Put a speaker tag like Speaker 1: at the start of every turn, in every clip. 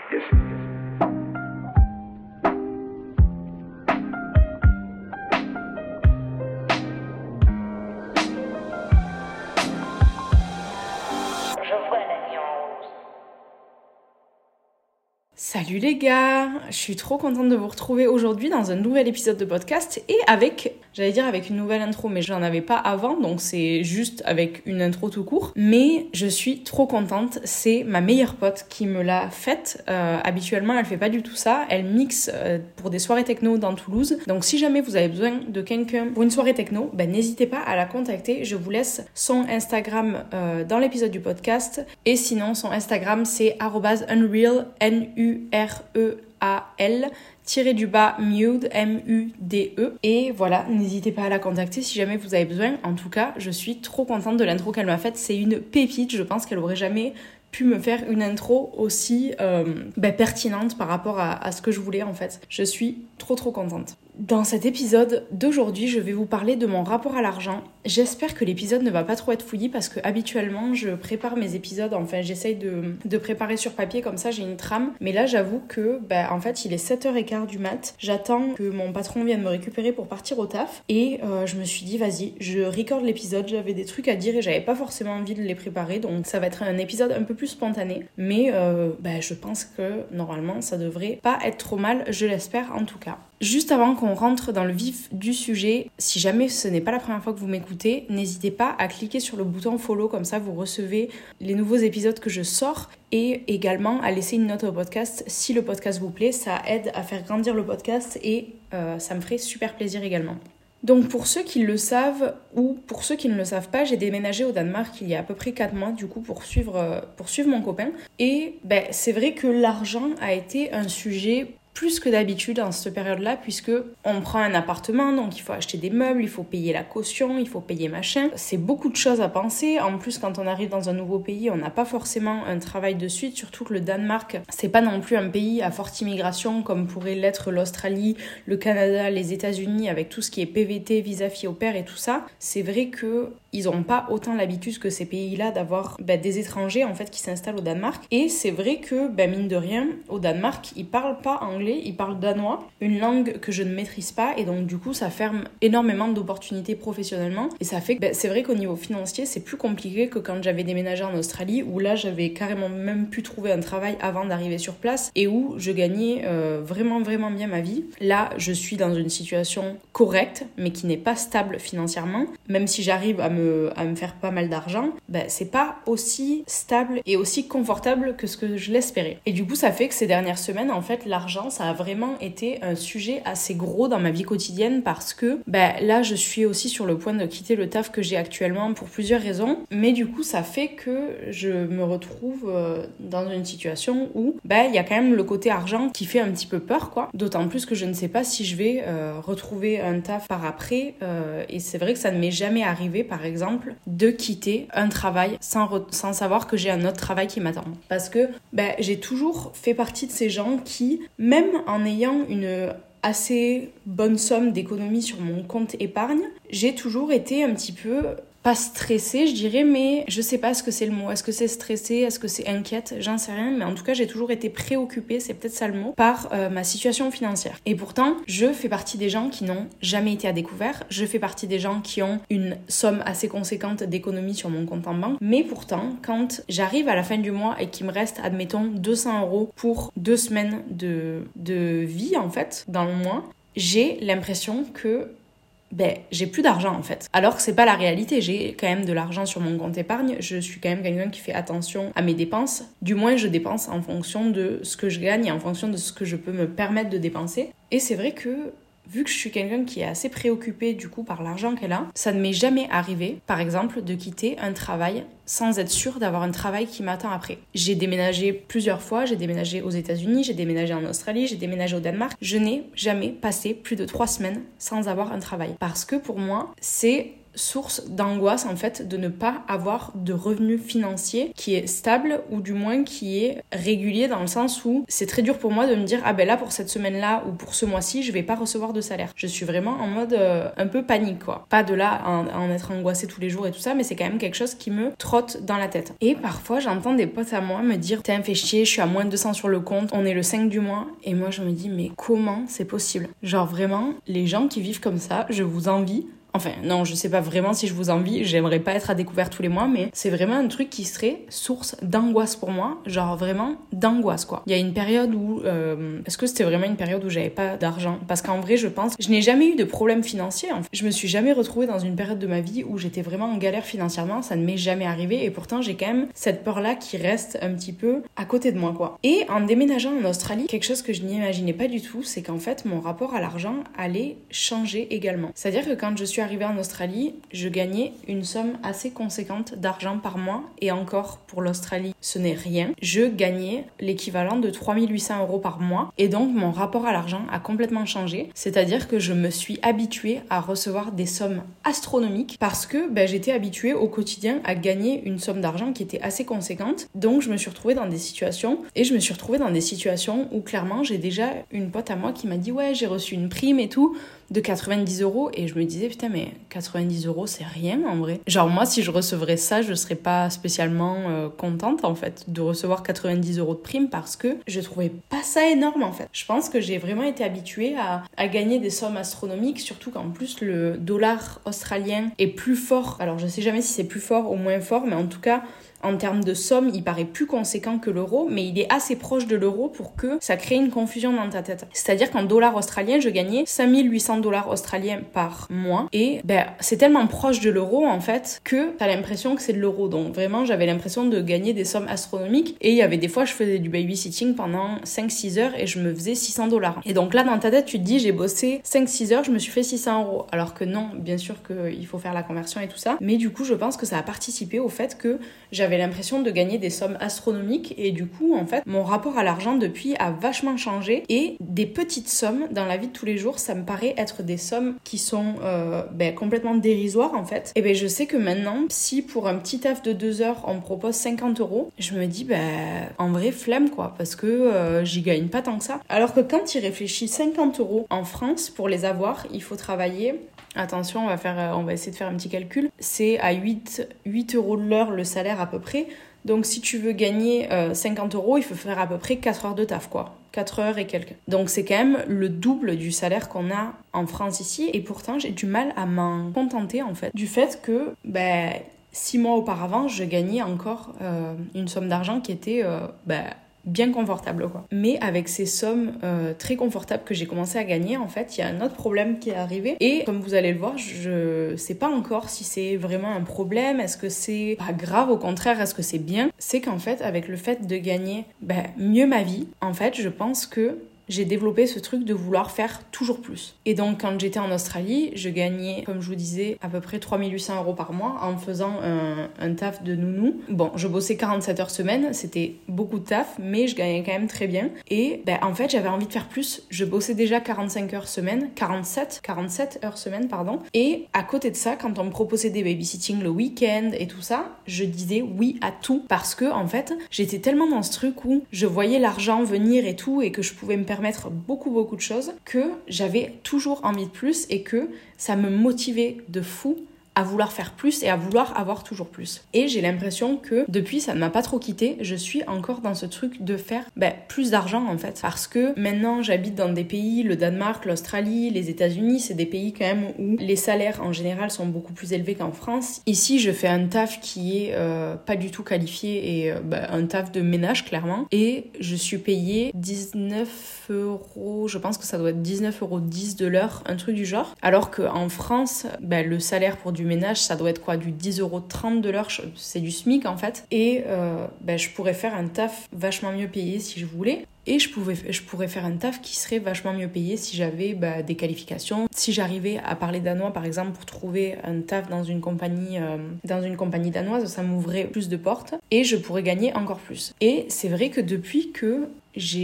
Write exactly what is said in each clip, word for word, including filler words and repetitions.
Speaker 1: Salut les gars, je suis trop contente de vous retrouver aujourd'hui dans un nouvel épisode de podcast et avec, j'allais dire avec une nouvelle intro, mais j'en avais pas avant, donc c'est juste avec une intro tout court. Mais je suis trop contente, c'est ma meilleure pote qui me l'a faite. Euh, habituellement, elle fait pas du tout ça, elle mixe euh, pour des soirées techno dans Toulouse. Donc si jamais vous avez besoin de quelqu'un pour une soirée techno, ben n'hésitez pas à la contacter. Je vous laisse son Instagram euh, dans l'épisode du podcast et sinon son Instagram c'est arobase unreal n u R E A L tiré du bas Mude M U D E et voilà, n'hésitez pas à la contacter si jamais vous avez besoin. En tout cas, je suis trop contente de l'intro qu'elle m'a faite, c'est une pépite, je pense qu'elle aurait jamais pu me faire une intro aussi euh, ben, pertinente par rapport à, à ce que je voulais en fait. Je suis trop trop contente. Dans cet épisode d'aujourd'hui, je vais vous parler de mon rapport à l'argent. J'espère que l'épisode ne va pas trop être fouillis parce que habituellement je prépare mes épisodes, enfin j'essaye de, de préparer sur papier comme ça j'ai une trame. Mais là j'avoue que ben, en fait il est sept heures quinze du mat, j'attends que mon patron vienne me récupérer pour partir au taf et euh, je me suis dit vas-y, je record l'épisode, j'avais des trucs à dire et j'avais pas forcément envie de les préparer donc ça va être un épisode un peu plus spontané. Mais euh, ben, je pense que normalement ça devrait pas être trop mal, je l'espère en tout cas. Juste avant qu'on rentre dans le vif du sujet, si jamais ce n'est pas la première fois que vous m'écoutez, n'hésitez pas à cliquer sur le bouton follow, comme ça vous recevez les nouveaux épisodes que je sors et également à laisser une note au podcast si le podcast vous plaît, ça aide à faire grandir le podcast et euh, ça me ferait super plaisir également. Donc pour ceux qui le savent ou pour ceux qui ne le savent pas, j'ai déménagé au Danemark il y a à peu près quatre mois du coup pour suivre, pour suivre mon copain et ben, c'est vrai que l'argent a été un sujet plus que d'habitude dans cette période-là, puisque on prend un appartement, donc il faut acheter des meubles, il faut payer la caution, il faut payer machin. C'est beaucoup de choses à penser. En plus, quand on arrive dans un nouveau pays, on n'a pas forcément un travail de suite, surtout que le Danemark, c'est pas non plus un pays à forte immigration comme pourrait l'être l'Australie, le Canada, les États-Unis, avec tout ce qui est P V T, visa fille au père et tout ça. C'est vrai que ils n'ont pas autant l'habitude que ces pays-là d'avoir bah, des étrangers en fait qui s'installent au Danemark. Et c'est vrai que, bah, mine de rien, au Danemark, ils parlent pas anglais, ils parlent danois, une langue que je ne maîtrise pas, et donc du coup, ça ferme énormément d'opportunités professionnellement. Et ça fait que bah, c'est vrai qu'au niveau financier, c'est plus compliqué que quand j'avais déménagé en Australie, où là, j'avais carrément même pu trouver un travail avant d'arriver sur place, et où je gagnais euh, vraiment, vraiment bien ma vie. Là, je suis dans une situation correcte, mais qui n'est pas stable financièrement, même si j'arrive à me à me faire pas mal d'argent, ben c'est pas aussi stable et aussi confortable que ce que je l'espérais. Et du coup, ça fait que ces dernières semaines, en fait, l'argent, ça a vraiment été un sujet assez gros dans ma vie quotidienne parce que ben là, je suis aussi sur le point de quitter le taf que j'ai actuellement pour plusieurs raisons, mais du coup, ça fait que je me retrouve dans une situation où ben il y a quand même le côté argent qui fait un petit peu peur, quoi. D'autant plus que je ne sais pas si je vais euh, retrouver un taf par après, euh, et c'est vrai que ça ne m'est jamais arrivé, par exemple, exemple, de quitter un travail sans, re- sans savoir que j'ai un autre travail qui m'attend. Parce que ben, j'ai toujours fait partie de ces gens qui, même en ayant une assez bonne somme d'économie sur mon compte épargne, j'ai toujours été un petit peu pas stressée, je dirais, mais je sais pas ce que c'est le mot. Est-ce que c'est stressé? Est-ce que c'est inquiète? J'en sais rien, mais en tout cas, j'ai toujours été préoccupée, c'est peut-être ça le mot, par euh, ma situation financière. Et pourtant, je fais partie des gens qui n'ont jamais été à découvert. Je fais partie des gens qui ont une somme assez conséquente d'économie sur mon compte en banque. Mais pourtant, quand j'arrive à la fin du mois et qu'il me reste, admettons, deux cents euros pour deux semaines de, de vie, en fait, dans le mois, j'ai l'impression que ben, j'ai plus d'argent en fait. Alors que c'est pas la réalité, j'ai quand même de l'argent sur mon compte épargne, je suis quand même quelqu'un qui fait attention à mes dépenses. Du moins, je dépense en fonction de ce que je gagne et en fonction de ce que je peux me permettre de dépenser. Et c'est vrai que vu que je suis quelqu'un qui est assez préoccupé du coup par l'argent qu'elle a, ça ne m'est jamais arrivé, par exemple, de quitter un travail sans être sûre d'avoir un travail qui m'attend après. J'ai déménagé plusieurs fois, j'ai déménagé aux États-Unis, j'ai déménagé en Australie, j'ai déménagé au Danemark. Je n'ai jamais passé plus de trois semaines sans avoir un travail. Parce que pour moi, c'est source d'angoisse en fait de ne pas avoir de revenu financier qui est stable ou du moins qui est régulier, dans le sens où c'est très dur pour moi de me dire ah ben là pour cette semaine-là ou pour ce mois-ci je vais pas recevoir de salaire. Je suis vraiment en mode euh, un peu panique quoi. Pas de là à en, à en être angoissée tous les jours et tout ça, mais c'est quand même quelque chose qui me trotte dans la tête. Et parfois j'entends des potes à moi me dire t'es un fait chier, je suis à moins de deux cents sur le compte, on est le cinq du mois, et moi je me dis mais comment c'est possible? Genre vraiment, les gens qui vivent comme ça, je vous envie. Enfin, non, je sais pas vraiment si je vous envie, j'aimerais pas être à découvert tous les mois, mais c'est vraiment un truc qui serait source d'angoisse pour moi, genre vraiment d'angoisse quoi. Il y a une période où, euh, est-ce que c'était vraiment une période où j'avais pas d'argent? Parce qu'en vrai, je pense, je n'ai jamais eu de problème financier, en fait. Je me suis jamais retrouvée dans une période de ma vie où j'étais vraiment en galère financièrement, ça ne m'est jamais arrivé, et pourtant j'ai quand même cette peur-là qui reste un petit peu à côté de moi quoi. Et en déménageant en Australie, quelque chose que je n'imaginais pas du tout, c'est qu'en fait, mon rapport à l'argent allait changer également. C'est-à-dire que quand je suis arrivée en Australie, je gagnais une somme assez conséquente d'argent par mois, et encore pour l'Australie, ce n'est rien. Je gagnais l'équivalent de trois mille huit cents euros par mois, et donc mon rapport à l'argent a complètement changé. C'est-à-dire que je me suis habituée à recevoir des sommes astronomiques parce que ben, j'étais habituée au quotidien à gagner une somme d'argent qui était assez conséquente. Donc je me suis retrouvée dans des situations, et je me suis retrouvée dans des situations où clairement j'ai déjà une pote à moi qui m'a dit ouais j'ai reçu une prime et tout de quatre-vingt-dix euros, et je me disais putain mais quatre-vingt-dix euros c'est rien en vrai. Genre moi si je recevrais ça je serais pas spécialement euh, contente en fait de recevoir quatre-vingt-dix euros de prime, parce que je trouvais pas ça énorme en fait. Je pense que j'ai vraiment été habituée à, à gagner des sommes astronomiques, surtout qu'en plus le dollar australien est plus fort. Alors je sais jamais si c'est plus fort ou moins fort, mais en tout cas en termes de somme, il paraît plus conséquent que l'euro, mais il est assez proche de l'euro pour que ça crée une confusion dans ta tête. C'est-à-dire qu'en dollars australiens, je gagnais cinq mille huit cents dollars australiens par mois, et ben c'est tellement proche de l'euro en fait que t'as l'impression que c'est de l'euro. Donc vraiment, j'avais l'impression de gagner des sommes astronomiques, et il y avait des fois, je faisais du babysitting pendant cinq six heures et je me faisais six cents dollars. Et donc là, dans ta tête, tu te dis, j'ai bossé cinq six heures, je me suis fait six cents euros. Alors que non, bien sûr qu'il faut faire la conversion et tout ça, mais du coup, je pense que ça a participé au fait que j'avais l'impression de gagner des sommes astronomiques, et du coup en fait mon rapport à l'argent depuis a vachement changé, et des petites sommes dans la vie de tous les jours ça me paraît être des sommes qui sont euh, ben, complètement dérisoires en fait. Et ben je sais que maintenant si pour un petit taf de deux heures on me propose cinquante euros, je me dis ben en vrai flemme quoi, parce que euh, j'y gagne pas tant que ça. Alors que quand tu réfléchis, cinquante euros en France, pour les avoir il faut travailler. Attention, on va, faire, on va essayer de faire un petit calcul. C'est à huit euros de l'heure le salaire à peu près. Donc si tu veux gagner euh, cinquante euros, il faut faire à peu près quatre heures de taf, quoi. quatre heures et quelques. Donc c'est quand même le double du salaire qu'on a en France ici. Et pourtant, j'ai du mal à m'en contenter, en fait, du fait que, ben, six mois auparavant, je gagnais encore euh, une somme d'argent qui était, euh, ben, bien confortable quoi. Mais avec ces sommes euh, très confortables que j'ai commencé à gagner, en fait, il y a un autre problème qui est arrivé, et comme vous allez le voir, je sais pas encore si c'est vraiment un problème, est-ce que c'est pas grave, au contraire, est-ce que c'est bien? C'est qu'en fait, avec le fait de gagner ben, mieux ma vie, en fait, je pense que j'ai développé ce truc de vouloir faire toujours plus. Et donc, quand j'étais en Australie, je gagnais, comme je vous disais, à peu près trois mille huit cents euros par mois en faisant un, un taf de nounou. Bon, je bossais quarante-sept heures semaine, c'était beaucoup de taf, mais je gagnais quand même très bien. Et ben, en fait, j'avais envie de faire plus. Je bossais déjà quarante-cinq heures semaine, quarante-sept, quarante-sept heures semaine, pardon. Et à côté de ça, quand on me proposait des babysitting le week-end et tout ça, je disais oui à tout. Parce que, en fait, j'étais tellement dans ce truc où je voyais l'argent venir et tout, et que je pouvais me permettre permettre beaucoup beaucoup de choses, que j'avais toujours envie de plus, et que ça me motivait de fou à vouloir faire plus et à vouloir avoir toujours plus. Et j'ai l'impression que depuis, ça ne m'a pas trop quitté. Je suis encore dans ce truc de faire ben, plus d'argent en fait. Parce que maintenant, j'habite dans des pays, le Danemark, l'Australie, les États-Unis, c'est des pays quand même où les salaires en général sont beaucoup plus élevés qu'en France. Ici, je fais un taf qui est euh, pas du tout qualifié, et euh, ben, un taf de ménage clairement. Et je suis payée dix-neuf euros, je pense que ça doit être dix-neuf euros dix de l'heure, un truc du genre. Alors qu'en France, ben, le salaire pour du ménage, ça doit être quoi, du dix euros trente de l'heure, c'est du SMIC en fait. Et euh, ben, je pourrais faire un taf vachement mieux payé si je voulais. Et je, pouvais, je pourrais faire un taf qui serait vachement mieux payé si j'avais bah, des qualifications. Si j'arrivais à parler danois, par exemple, pour trouver un taf dans une compagnie, euh, dans une compagnie danoise, ça m'ouvrait plus de portes et je pourrais gagner encore plus. Et c'est vrai que depuis que j'ai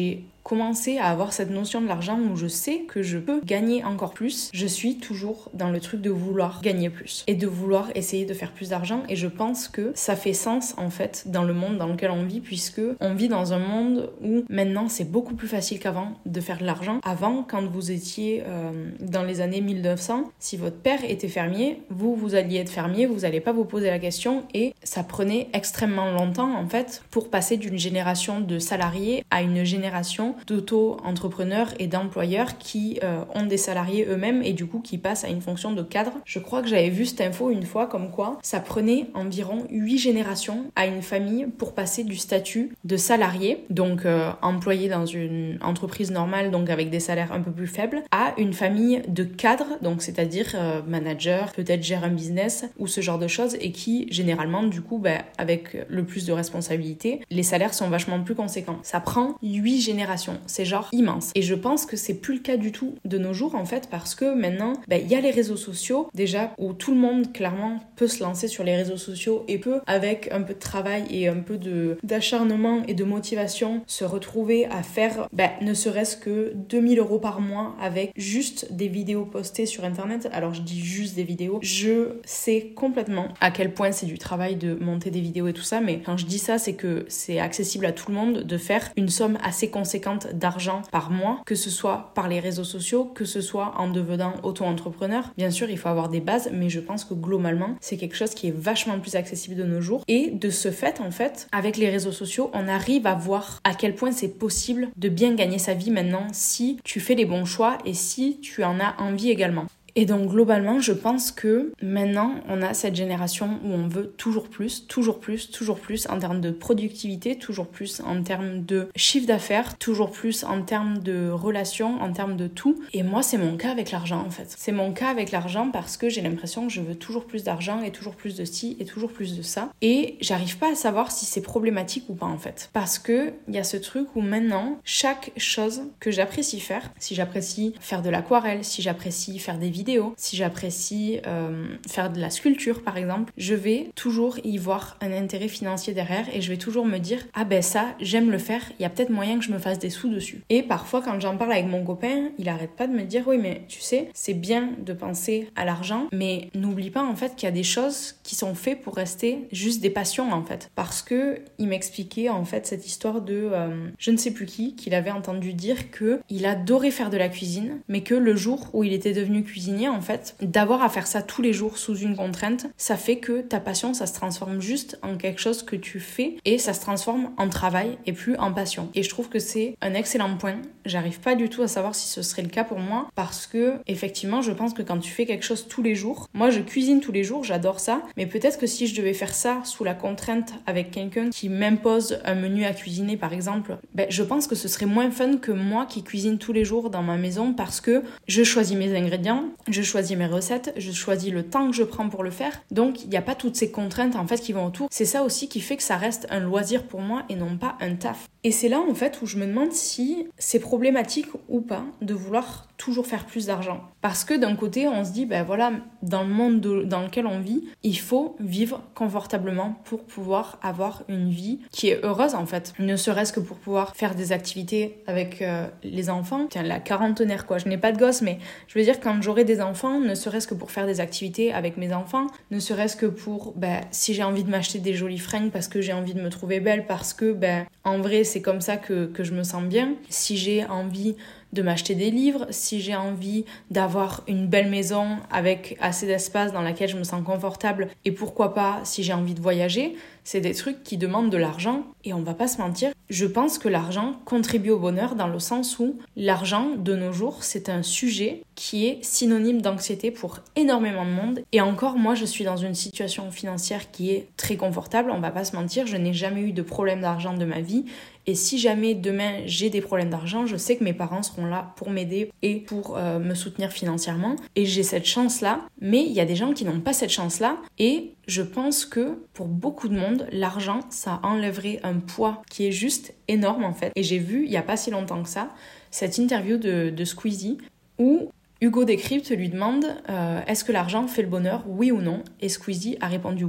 Speaker 1: commencé à avoir cette notion de l'argent où je sais que je peux gagner encore plus, je suis toujours dans le truc de vouloir gagner plus et de vouloir essayer de faire plus d'argent. Et je pense que ça fait sens en fait dans le monde dans lequel on vit, puisque on vit dans un monde où maintenant c'est beaucoup plus facile qu'avant de faire de l'argent. Avant, quand vous étiez euh, dans les années mille neuf cents, si votre père était fermier, vous, vous alliez être fermier, vous n'allez pas vous poser la question, et ça prenait extrêmement longtemps en fait pour passer d'une génération de salariés à une génération d'auto-entrepreneurs et d'employeurs qui euh, ont des salariés eux-mêmes et du coup qui passent à une fonction de cadre. Je crois que j'avais vu cette info une fois comme quoi ça prenait environ huit générations à une famille pour passer du statut de salarié, donc euh, employé dans une entreprise normale, donc avec des salaires un peu plus faibles, à une famille de cadres, donc c'est-à-dire euh, manager, peut-être gère un business ou ce genre de choses, et qui généralement du coup bah, avec le plus de responsabilités, les salaires sont vachement plus conséquents. Ça prend huit générations, c'est genre immense. Et je pense que c'est plus le cas du tout de nos jours en fait, parce que maintenant bah, y a les réseaux sociaux déjà où tout le monde clairement peut se lancer sur les réseaux sociaux et peut avec un peu de travail et un peu de d'acharnement et de motivation se retrouver à faire bah, ne serait-ce que deux mille euros par mois avec juste des vidéos postées sur internet. Alors je dis juste des vidéos, je sais complètement à quel point c'est du travail de monter des vidéos et tout ça, mais quand je dis ça c'est que c'est accessible à tout le monde de faire une somme assez conséquente d'argent par mois, que ce soit par les réseaux sociaux, que ce soit en devenant auto-entrepreneur. Bien sûr il faut avoir des bases, mais je pense que globalement c'est quelque chose qui est vachement plus accessible de nos jours, et de ce fait en fait avec les réseaux sociaux on arrive à voir à quel point c'est possible de bien gagner sa vie maintenant si tu fais les bons choix et si tu en as envie également. Et donc globalement, je pense que maintenant, on a cette génération où on veut toujours plus, toujours plus, toujours plus en termes de productivité, toujours plus en termes de chiffre d'affaires, toujours plus en termes de relations, en termes de tout. Et moi, c'est mon cas avec l'argent en fait. C'est mon cas avec l'argent parce que j'ai l'impression que je veux toujours plus d'argent et toujours plus de ci et toujours plus de ça. Et j'arrive pas à savoir si c'est problématique ou pas en fait. Parce que il y a ce truc où maintenant, chaque chose que j'apprécie faire, si j'apprécie faire de l'aquarelle, si j'apprécie faire des vidéos, si j'apprécie euh, faire de la sculpture par exemple, je vais toujours y voir un intérêt financier derrière et je vais toujours me dire ah ben ça j'aime le faire, il y a peut-être moyen que je me fasse des sous dessus. Et parfois quand j'en parle avec mon copain, il arrête pas de me dire oui mais tu sais c'est bien de penser à l'argent, mais n'oublie pas en fait qu'il y a des choses qui sont faites pour rester juste des passions en fait. Parce que il m'expliquait en fait cette histoire de euh, je ne sais plus qui, qu'il avait entendu dire que il adorait faire de la cuisine, mais que le jour où il était devenu cuisinier en fait, d'avoir à faire ça tous les jours sous une contrainte, ça fait que ta passion, ça se transforme juste en quelque chose que tu fais et ça se transforme en travail et plus en passion. Et je trouve que c'est un excellent point. J'arrive pas du tout à savoir si ce serait le cas pour moi parce que, effectivement, je pense que quand tu fais quelque chose tous les jours, moi je cuisine tous les jours, j'adore ça, mais peut-être que si je devais faire ça sous la contrainte avec quelqu'un qui m'impose un menu à cuisiner par exemple, ben, je pense que ce serait moins fun que moi qui cuisine tous les jours dans ma maison parce que je choisis mes ingrédients, je choisis mes recettes, je choisis le temps que je prends pour le faire. Donc, il n'y a pas toutes ces contraintes en fait qui vont autour. C'est ça aussi qui fait que ça reste un loisir pour moi et non pas un taf. Et c'est là en fait où je me demande si c'est problématique ou pas de vouloir toujours faire plus d'argent. Parce que d'un côté, on se dit, ben voilà, dans le monde de, dans lequel on vit, il faut vivre confortablement pour pouvoir avoir une vie qui est heureuse en fait. Ne serait-ce que pour pouvoir faire des activités avec euh, les enfants. Tiens, la quarantenaire quoi, je n'ai pas de gosse, mais je veux dire quand j'aurai des enfants, ne serait-ce que pour faire des activités avec mes enfants, ne serait-ce que pour, ben, si j'ai envie de m'acheter des jolies fringues parce que j'ai envie de me trouver belle, parce que, ben, en vrai, c'est comme ça que, que je me sens bien. Si j'ai envie de m'acheter des livres, si j'ai envie d'avoir une belle maison avec assez d'espace dans laquelle je me sens confortable, et pourquoi pas si j'ai envie de voyager, c'est des trucs qui demandent de l'argent et on va pas se mentir. Je pense que l'argent contribue au bonheur dans le sens où l'argent de nos jours c'est un sujet qui est synonyme d'anxiété pour énormément de monde, et encore moi je suis dans une situation financière qui est très confortable, on va pas se mentir, je n'ai jamais eu de problème d'argent de ma vie. Et si jamais demain j'ai des problèmes d'argent, je sais que mes parents seront là pour m'aider et pour euh, me soutenir financièrement. Et j'ai cette chance-là, mais il y a des gens qui n'ont pas cette chance-là. Et je pense que pour beaucoup de monde, l'argent, ça enlèverait un poids qui est juste énorme en fait. Et j'ai vu, il n'y a pas si longtemps que ça, cette interview de, de Squeezie où Hugo Décrypte lui demande euh, « Est-ce que l'argent fait le bonheur, oui ou non ?» Et Squeezie a répondu « oui ».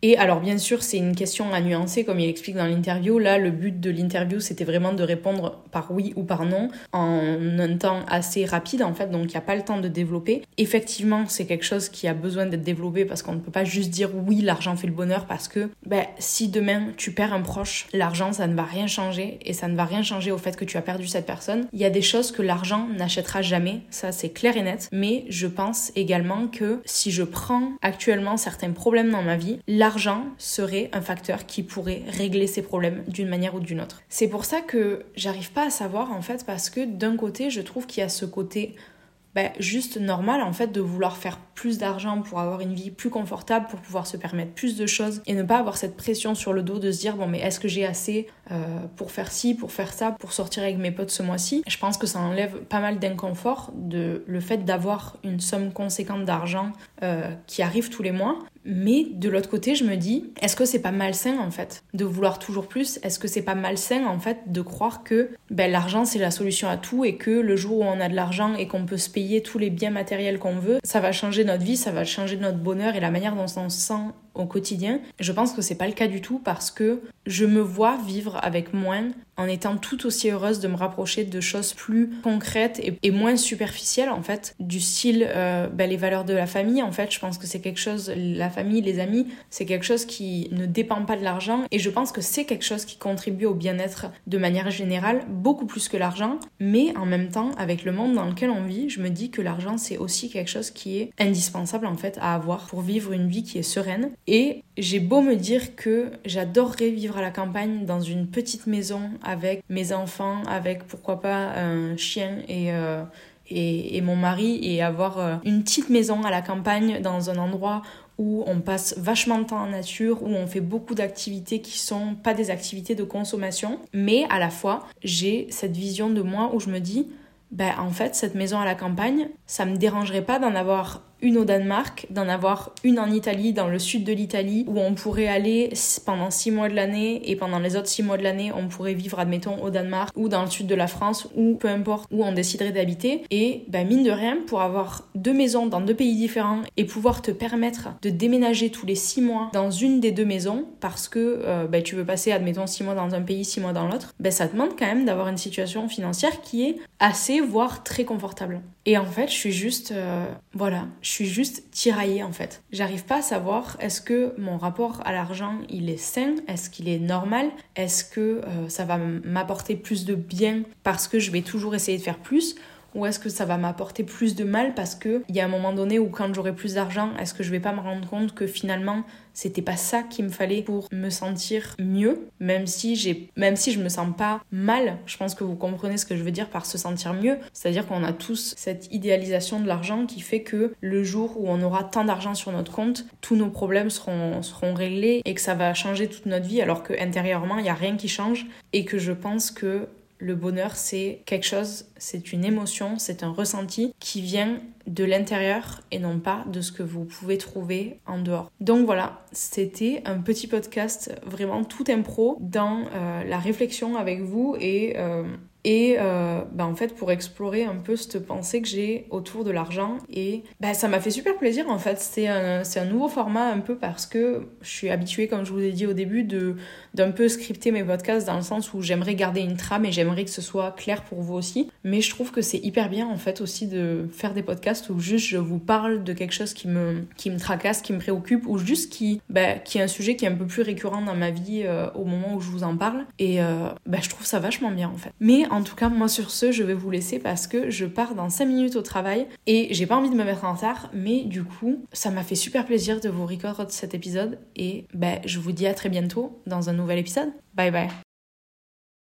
Speaker 1: Et alors bien sûr, c'est une question à nuancer comme il explique dans l'interview. Là, le but de l'interview, c'était vraiment de répondre par oui ou par non en un temps assez rapide en fait, donc il n'y a pas le temps de développer. Effectivement, c'est quelque chose qui a besoin d'être développé parce qu'on ne peut pas juste dire oui, l'argent fait le bonheur, parce que ben, si demain tu perds un proche, l'argent ça ne va rien changer, et ça ne va rien changer au fait que tu as perdu cette personne. Il y a des choses que l'argent n'achètera jamais, ça c'est clair et net, mais je pense également que si je prends actuellement certains problèmes dans ma vie, l'argent serait un facteur qui pourrait régler ces problèmes d'une manière ou d'une autre. C'est pour ça que j'arrive pas à savoir en fait, parce que d'un côté je trouve qu'il y a ce côté ben, juste normal en fait de vouloir faire plus d'argent pour avoir une vie plus confortable, pour pouvoir se permettre plus de choses et ne pas avoir cette pression sur le dos de se dire bon mais est-ce que j'ai assez euh, pour faire ci, pour faire ça, pour sortir avec mes potes ce mois-ci. Je pense que ça enlève pas mal d'inconfort de le fait d'avoir une somme conséquente d'argent euh, qui arrive tous les mois. Mais de l'autre côté, je me dis, est-ce que c'est pas malsain en fait de vouloir toujours plus? Est-ce que c'est pas malsain en fait de croire que ben, l'argent c'est la solution à tout et que le jour où on a de l'argent et qu'on peut se payer tous les biens matériels qu'on veut, ça va changer notre vie, ça va changer notre bonheur et la manière dont on se sent au quotidien? Je pense que c'est pas le cas du tout, parce que je me vois vivre avec moins en étant tout aussi heureuse de me rapprocher de choses plus concrètes et, et moins superficielles en fait, du style euh, ben, les valeurs de la famille en fait. Je pense que c'est quelque chose, la famille, les amis, c'est quelque chose qui ne dépend pas de l'argent, et je pense que c'est quelque chose qui contribue au bien-être de manière générale, beaucoup plus que l'argent. Mais en même temps, avec le monde dans lequel on vit, je me dis que l'argent c'est aussi quelque chose qui est indispensable en fait à avoir pour vivre une vie qui est sereine. Et j'ai beau me dire que j'adorerais vivre à la campagne dans une petite maison avec mes enfants, avec pourquoi pas un chien et, euh, et, et mon mari, et avoir euh, une petite maison à la campagne dans un endroit où on passe vachement de temps en nature, où on fait beaucoup d'activités qui sont pas des activités de consommation, mais à la fois j'ai cette vision de moi où je me dis ben en fait cette maison à la campagne, ça me dérangerait pas d'en avoir une au Danemark, d'en avoir une en Italie, dans le sud de l'Italie, où on pourrait aller pendant six mois de l'année, et pendant les autres six mois de l'année, on pourrait vivre, admettons, au Danemark, ou dans le sud de la France, ou peu importe où on déciderait d'habiter. Et ben, mine de rien, pour avoir deux maisons dans deux pays différents, et pouvoir te permettre de déménager tous les six mois dans une des deux maisons, parce que euh, ben, tu veux passer, admettons, six mois dans un pays, six mois dans l'autre, ben, ça demande quand même d'avoir une situation financière qui est assez, voire très confortable. Et en fait, je suis juste... Euh, voilà... Je suis juste tiraillée en fait. J'arrive pas à savoir, est-ce que mon rapport à l'argent il est sain? Est-ce qu'il est normal? Est-ce que euh, ça va m'apporter plus de bien parce que je vais toujours essayer de faire plus? Ou est-ce que ça va m'apporter plus de mal parce qu'il y a un moment donné où quand j'aurai plus d'argent, est-ce que je vais pas me rendre compte que finalement c'était pas ça qu'il me fallait pour me sentir mieux, même si j'ai, même si je me sens pas mal. Je pense que vous comprenez ce que je veux dire par se sentir mieux. C'est-à-dire qu'on a tous cette idéalisation de l'argent qui fait que le jour où on aura tant d'argent sur notre compte, tous nos problèmes seront, seront réglés et que ça va changer toute notre vie, alors qu'intérieurement, il n'y a rien qui change, et que je pense que le bonheur, c'est quelque chose, c'est une émotion, c'est un ressenti qui vient de l'intérieur et non pas de ce que vous pouvez trouver en dehors. Donc voilà, c'était un petit podcast vraiment tout impro dans euh, la réflexion avec vous et... Euh, Et euh, bah en fait, pour explorer un peu cette pensée que j'ai autour de l'argent. Et bah, ça m'a fait super plaisir en fait. C'est un, c'est un nouveau format un peu parce que je suis habituée, comme je vous ai dit au début, de, d'un peu scripter mes podcasts dans le sens où j'aimerais garder une trame et j'aimerais que ce soit clair pour vous aussi. Mais je trouve que c'est hyper bien en fait aussi de faire des podcasts où juste je vous parle de quelque chose qui me, qui me tracasse, qui me préoccupe, ou juste qui, bah, qui est un sujet qui est un peu plus récurrent dans ma vie euh, au moment où je vous en parle. Et euh, bah, je trouve ça vachement bien en fait. Mais en tout cas, moi sur ce, je vais vous laisser parce que je pars dans cinq minutes au travail et j'ai pas envie de me mettre en retard, mais du coup, ça m'a fait super plaisir de vous recorder cet épisode et bah, je vous dis à très bientôt dans un nouvel épisode. Bye bye.